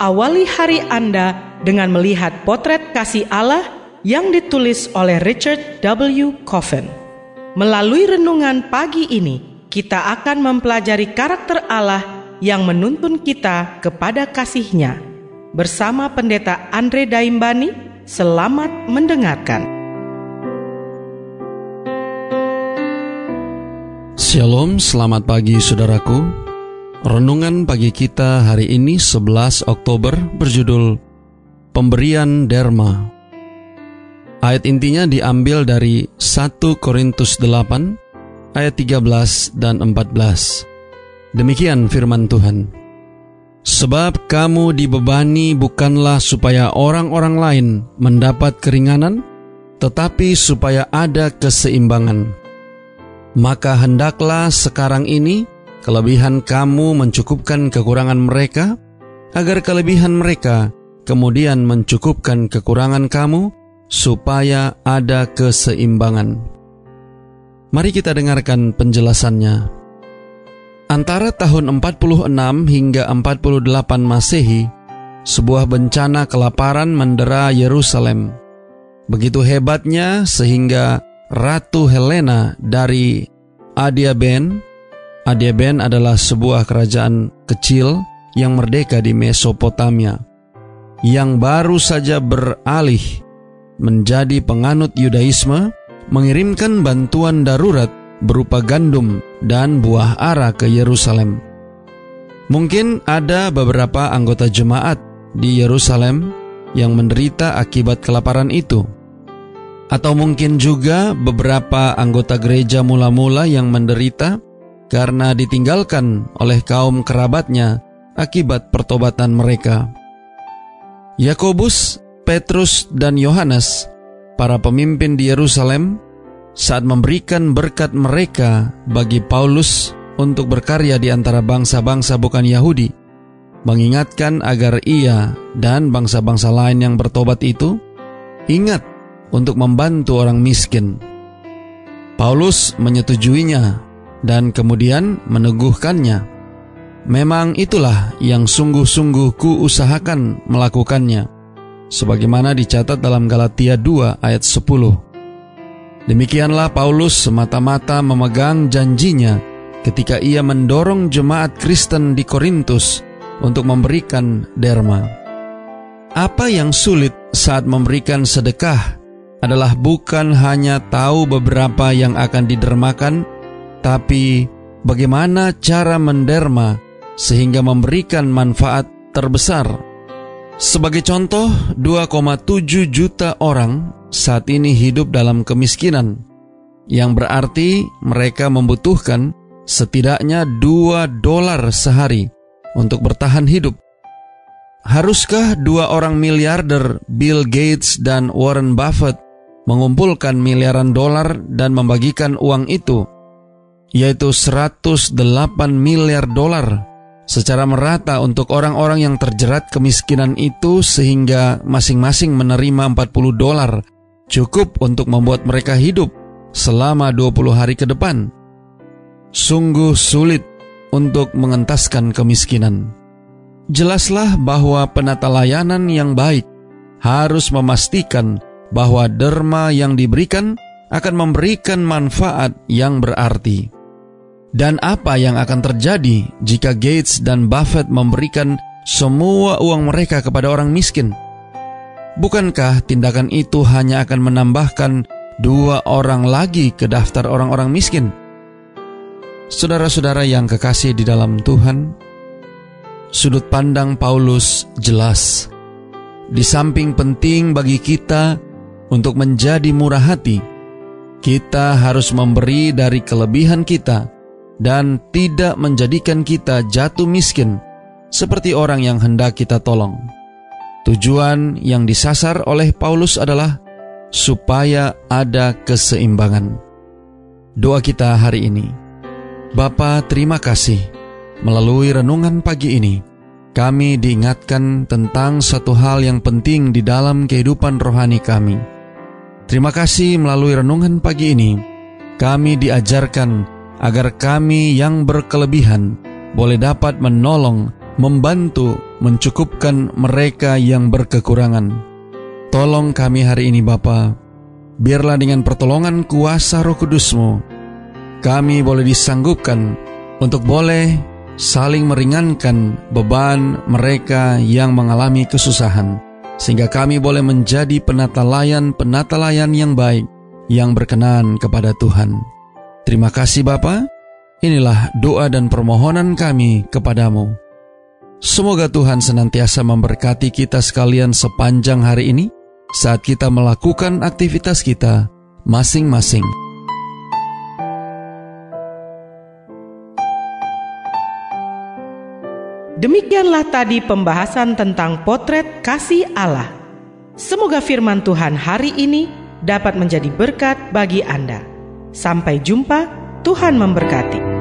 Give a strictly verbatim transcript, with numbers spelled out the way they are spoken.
Awali hari Anda dengan melihat potret kasih Allah yang ditulis oleh Richard W. Coven. Melalui renungan pagi ini, kita akan mempelajari karakter Allah yang menuntun kita kepada kasih-Nya. Bersama Pendeta Andre Daimbani, selamat mendengarkan. Shalom, selamat pagi saudaraku. Renungan pagi kita hari ini sebelas Oktober berjudul Pemberian Derma. Ayat intinya diambil dari satu Korintus delapan ayat tiga belas dan empat belas. Demikian firman Tuhan. Sebab kamu dibebani bukanlah supaya orang-orang lain mendapat keringanan, tetapi supaya ada keseimbangan. Maka hendaklah sekarang ini kelebihan kamu mencukupkan kekurangan mereka, agar kelebihan mereka kemudian mencukupkan kekurangan kamu, supaya ada keseimbangan. Mari kita dengarkan penjelasannya. Antara tahun empat puluh enam hingga empat puluh delapan Masehi, sebuah bencana kelaparan mendera Yerusalem. Begitu hebatnya sehingga Ratu Helena dari Adiaben, Adiaben adalah sebuah kerajaan kecil yang merdeka di Mesopotamia, yang baru saja beralih menjadi penganut Yudaisme, mengirimkan bantuan darurat berupa gandum dan buah ara ke Yerusalem. Mungkin ada beberapa anggota jemaat di Yerusalem yang menderita akibat kelaparan itu, atau mungkin juga beberapa anggota gereja mula-mula yang menderita karena ditinggalkan oleh kaum kerabatnya akibat pertobatan mereka. Yakobus, Petrus, dan Yohanes, para pemimpin di Yerusalem, saat memberikan berkat mereka bagi Paulus untuk berkarya di antara bangsa-bangsa bukan Yahudi, mengingatkan agar ia dan bangsa-bangsa lain yang bertobat itu ingat untuk membantu orang miskin. Paulus menyetujuinya dan kemudian meneguhkannya. Memang itulah yang sungguh-sungguh kuusahakan melakukannya, sebagaimana dicatat dalam Galatia dua ayat sepuluh. Demikianlah Paulus semata-mata memegang janjinya ketika ia mendorong jemaat Kristen di Korintus untuk memberikan derma. Apa yang sulit saat memberikan sedekah adalah bukan hanya tahu beberapa yang akan didermakan, tapi bagaimana cara menderma sehingga memberikan manfaat terbesar. Sebagai contoh, dua koma tujuh juta orang saat ini hidup dalam kemiskinan, yang berarti mereka membutuhkan setidaknya dua dolar sehari untuk bertahan hidup. Haruskah dua orang miliarder Bill Gates dan Warren Buffett mengumpulkan miliaran dolar dan membagikan uang itu, yaitu seratus delapan miliar dolar, secara merata untuk orang-orang yang terjerat kemiskinan itu, sehingga masing-masing menerima empat puluh dolar, cukup untuk membuat mereka hidup selama dua puluh hari ke depan? Sungguh sulit untuk mengentaskan kemiskinan. Jelaslah bahwa penata layanan yang baik harus memastikan bahwa derma yang diberikan akan memberikan manfaat yang berarti. Dan apa yang akan terjadi jika Gates dan Buffett memberikan semua uang mereka kepada orang miskin? Bukankah tindakan itu hanya akan menambahkan dua orang lagi ke daftar orang-orang miskin? Saudara-saudara yang kekasih di dalam Tuhan, sudut pandang Paulus jelas. Di samping penting bagi kita untuk menjadi murah hati, kita harus memberi dari kelebihan kita dan tidak menjadikan kita jatuh miskin seperti orang yang hendak kita tolong. Tujuan yang disasar oleh Paulus adalah supaya ada keseimbangan. Doa kita hari ini. Bapa, terima kasih. Melalui renungan pagi ini, kami diingatkan tentang satu hal yang penting di dalam kehidupan rohani kami. Terima kasih melalui renungan pagi ini, kami diajarkan agar kami yang berkelebihan boleh dapat menolong membantu mencukupkan mereka yang berkekurangan. Tolong kami hari ini Bapa, biarlah dengan pertolongan kuasa Roh Kudus-Mu, kami boleh disanggupkan untuk boleh saling meringankan beban mereka yang mengalami kesusahan, sehingga kami boleh menjadi penata-layan-penata layan yang baik, yang berkenan kepada Tuhan. Terima kasih Bapa. Inilah doa dan permohonan kami kepadamu. Semoga Tuhan senantiasa memberkati kita sekalian sepanjang hari ini, saat kita melakukan aktivitas kita masing-masing. Demikianlah tadi pembahasan tentang potret kasih Allah. Semoga firman Tuhan hari ini dapat menjadi berkat bagi Anda. Sampai jumpa, Tuhan memberkati.